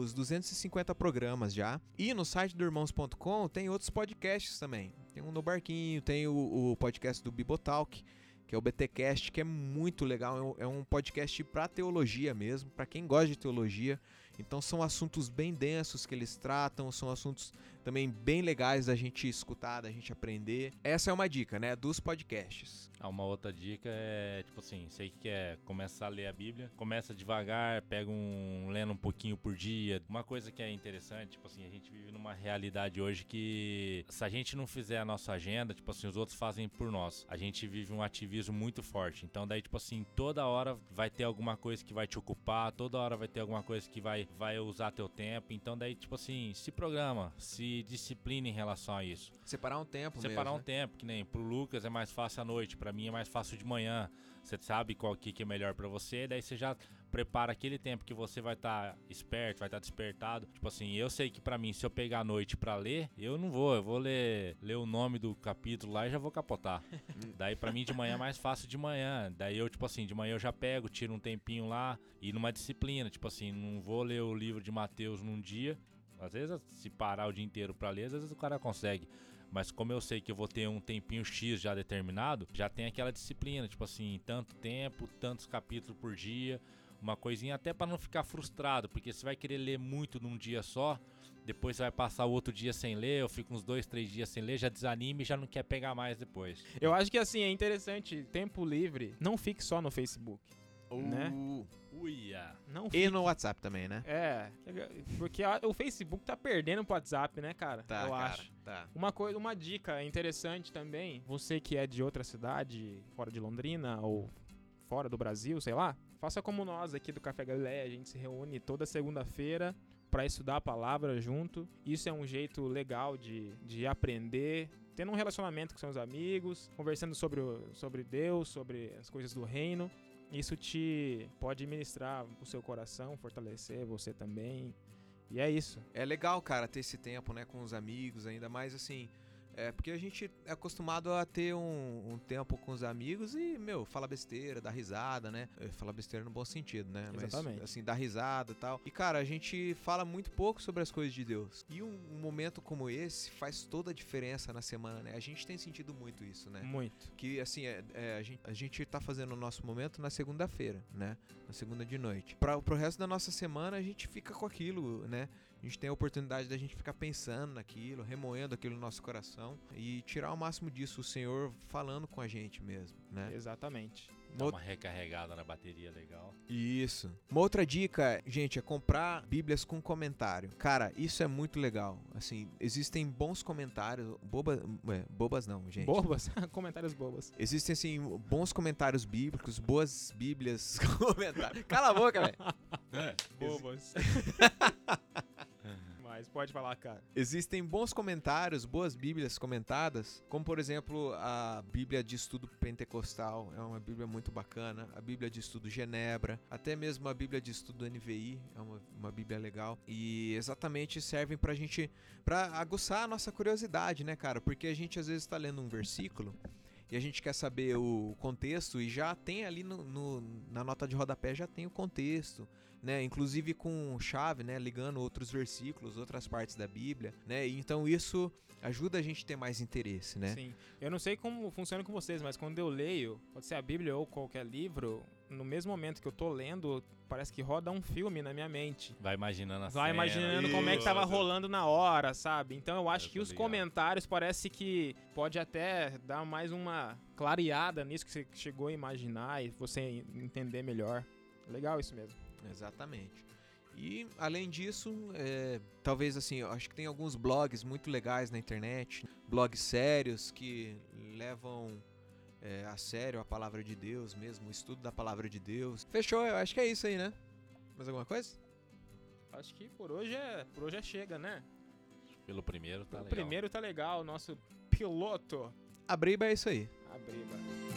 250 programas já. E no site do irmãos.com tem outros podcasts também. Tem um no Barquinho, tem o podcast do Bibotalk, que é o BTcast, que é muito legal. É um podcast pra teologia mesmo, pra quem gosta de teologia. Então são assuntos bem densos que eles tratam, são assuntos também bem legais da gente escutar, da gente aprender. Essa é uma dica, né, dos podcasts. Uma outra dica é, tipo assim, você que quer começar a ler a Bíblia, começa devagar, lendo um pouquinho por dia. Uma coisa que é interessante, tipo assim, a gente vive numa realidade hoje que se a gente não fizer a nossa agenda, tipo assim, os outros fazem por nós. A gente vive um ativismo muito forte. Então daí, tipo assim, toda hora vai ter alguma coisa que vai te ocupar, toda hora vai ter alguma coisa que vai usar teu tempo. Então daí, tipo assim, se programa, se disciplina em relação a isso. Separar um tempo mesmo, Separar um né? tempo, que nem pro Lucas é mais fácil à noite, pra mim é mais fácil de manhã. Você sabe qual que é melhor pra você, daí você já prepara aquele tempo que você vai estar esperto, vai estar despertado. Tipo assim, eu sei que pra mim, se eu pegar a noite pra ler, eu vou ler o nome do capítulo lá e já vou capotar. Daí pra mim de manhã é mais fácil de manhã. Daí eu, tipo assim, de manhã eu já pego, tiro um tempinho lá e numa disciplina. Tipo assim, não vou ler o livro de Mateus num dia. Às vezes, se parar o dia inteiro pra ler, às vezes o cara consegue. Mas como eu sei que eu vou ter um tempinho X já determinado, já tem aquela disciplina, tipo assim, tanto tempo, tantos capítulos por dia, uma coisinha até pra não ficar frustrado, porque você vai querer ler muito num dia só, depois você vai passar o outro dia sem ler, eu fico uns 2, 3 dias sem ler, já desanima e já não quer pegar mais depois. Eu acho que assim, é interessante, tempo livre, não fique só no Facebook, né? Uia! Não E fique... no WhatsApp também, né? Porque o Facebook tá perdendo pro WhatsApp, né, cara? Tá, eu cara, acho. tá. Uma dica interessante também, você que é de outra cidade, fora de Londrina ou fora do Brasil, sei lá, faça como nós aqui do Café Galileia, a gente se reúne toda segunda-feira pra estudar a palavra junto. Isso é um jeito legal de aprender, tendo um relacionamento com seus amigos, conversando sobre Deus, sobre as coisas do reino. Isso te pode ministrar o seu coração, fortalecer você também. E é isso. É legal, cara, ter esse tempo, né, com os amigos, ainda mais assim, porque a gente é acostumado a ter um tempo com os amigos e, fala besteira, dá risada, né? Fala besteira no bom sentido, né? Exatamente. Mas, assim, dá risada e tal. E, cara, a gente fala muito pouco sobre as coisas de Deus. E um momento como esse faz toda a diferença na semana, né? A gente tem sentido muito isso, né? Muito. Que, assim, a gente tá fazendo o nosso momento na segunda-feira, né? Na segunda de noite. Pro resto da nossa semana, a gente fica com aquilo, né? A gente tem a oportunidade da gente ficar pensando naquilo, remoendo aquilo no nosso coração e tirar o máximo disso, o Senhor falando com a gente mesmo, né? Exatamente. Dá uma recarregada na bateria legal. Isso. Uma outra dica, gente, é comprar bíblias com comentário. Cara, isso é muito legal. Assim, existem bons comentários, bobas não, gente. Bobas? Comentários bobas. Existem, assim, bons comentários bíblicos, boas bíblias comentários. Cala a boca, velho. Bobas. mas pode falar, cara. Existem bons comentários, boas bíblias comentadas, como por exemplo a Bíblia de Estudo Pentecostal, é uma bíblia muito bacana, a Bíblia de Estudo Genebra, até mesmo a Bíblia de Estudo NVI, é uma bíblia legal, e exatamente servem pra aguçar a nossa curiosidade, né, cara? Porque a gente às vezes tá lendo um versículo e a gente quer saber o contexto e já tem ali na nota de rodapé já tem o contexto, né? Inclusive com chave, né? Ligando outros versículos, outras partes da Bíblia, né? E então isso ajuda a gente a ter mais interesse, né? Sim. Eu não sei como funciona com vocês, mas quando eu leio, pode ser a Bíblia ou qualquer livro, no mesmo momento que eu tô lendo, parece que roda um filme na minha mente. Vai imaginando a Vai cena, imaginando como é que tava rolando na hora, sabe? Então eu acho que os comentários parece que pode até dar mais uma clareada nisso que você chegou a imaginar e você entender melhor. Legal isso mesmo. Exatamente. E além disso, talvez assim, eu acho que tem alguns blogs muito legais na internet, blogs sérios que levam a sério a palavra de Deus mesmo, o estudo da palavra de Deus. Fechou, eu acho que é isso aí, né? Mais alguma coisa? Acho que por hoje chega, né? Pelo primeiro tá O legal. primeiro tá legal, nosso piloto. A briba é isso aí. A briga.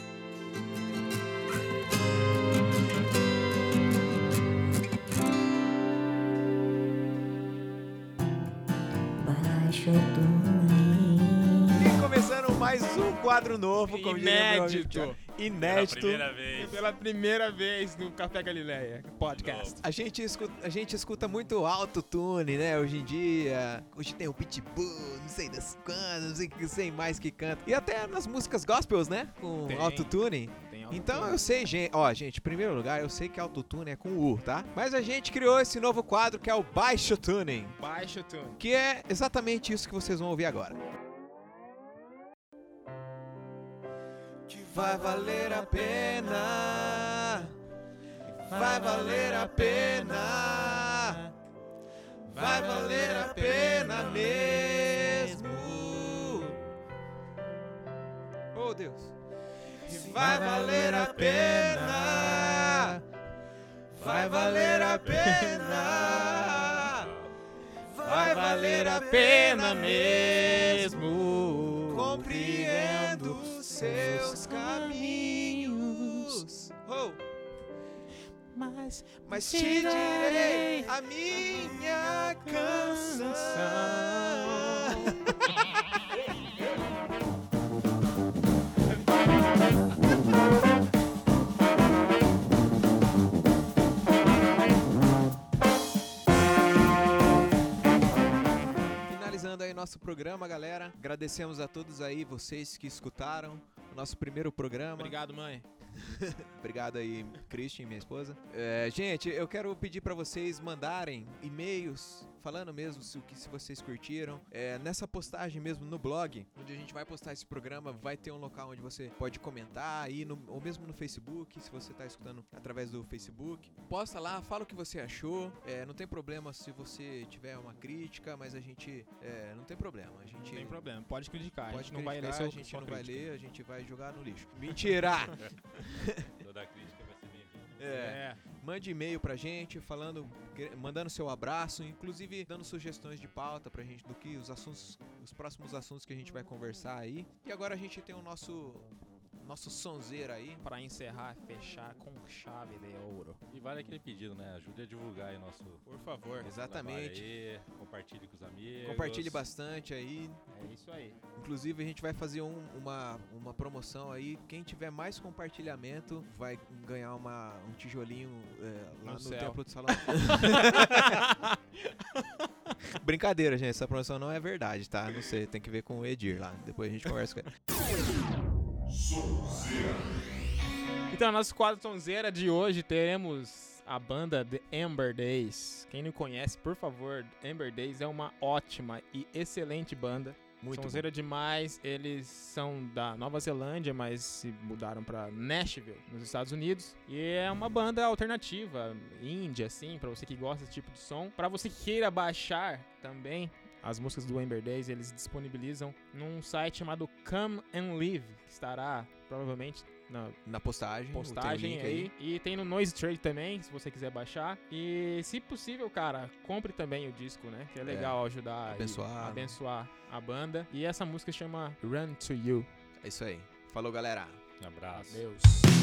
Baixo Tune. E começando mais um quadro novo, como diria meu amigo Inédito. Thiago. Inédito. Pela primeira vez. Pela primeira vez no Café Galileia podcast. A gente escuta muito autotune, né, hoje em dia. Hoje tem o Pitbull, não sei das quantas, não sei mais que canta. E até nas músicas gospels, né, com Tem. autotune. Tem Então eu sei, gente, gente, em primeiro lugar, eu sei que autotune é com U, tá? Mas a gente criou esse novo quadro que é o Baixo Tuning, Baixo Tune. que é exatamente isso que vocês vão ouvir agora. Que vai valer a pena, vai valer a pena, vai valer a pena mesmo. Oh Deus. Vai valer a pena, vai valer a pena, vai valer a pena mesmo. Compreendo seus caminhos. Oh. Mas te direi a minha canção. Finalizando aí nosso programa, galera. Agradecemos a todos aí, vocês que escutaram o nosso primeiro programa. Obrigado, mãe. Obrigado aí, Christian, minha esposa. Gente, eu quero pedir pra vocês mandarem e-mails falando mesmo se vocês curtiram. Nessa postagem mesmo no blog, onde a gente vai postar esse programa, vai ter um local onde você pode comentar aí, ou mesmo no Facebook, se você tá escutando através do Facebook. Posta lá, fala o que você achou. Não tem problema se você tiver uma crítica, mas a gente... não tem problema. A gente... Não tem problema, pode criticar. Pode a gente não vai ler criticar, seu, a gente sua não vai crítica. ler, a gente vai jogar no lixo. Mentira! Toda crítica vai ser bem-vinda. Mande e-mail pra gente, mandando seu abraço, inclusive dando sugestões de pauta pra gente do que os próximos assuntos que a gente vai conversar aí. E agora a gente tem o nosso sonzeiro aí. Pra encerrar, fechar com chave de ouro. E vale aquele pedido, né? Ajude a divulgar aí nosso Por favor. Exatamente. trabalho aí, compartilhe com os amigos. Compartilhe bastante aí. É isso aí. Inclusive a gente vai fazer uma promoção aí. Quem tiver mais compartilhamento vai ganhar um tijolinho lá no céu. Templo do Salão. Brincadeira, gente. Essa promoção não é verdade, tá? Não sei, tem que ver com o Edir lá. Depois a gente conversa com ele. Então, nosso quadro Tonzeira de hoje teremos a banda The Amber Days. Quem não conhece, por favor, Amber Days é uma ótima e excelente banda. Muito Sonzeira demais. Eles são da Nova Zelândia, mas se mudaram pra Nashville, nos Estados Unidos. E é uma banda alternativa, indie, assim, pra você que gosta desse tipo de som. Pra você que queira baixar também as músicas do Amber Days, eles disponibilizam num site chamado Come and Live, que estará provavelmente na postagem. tem o postagem link aí. E tem no Noise Trade também, se você quiser baixar. E se possível, cara, compre também o disco, né? Que é legal ajudar abençoar a banda. E essa música chama Run to You. É isso aí. Falou, galera. Um abraço. Adeus.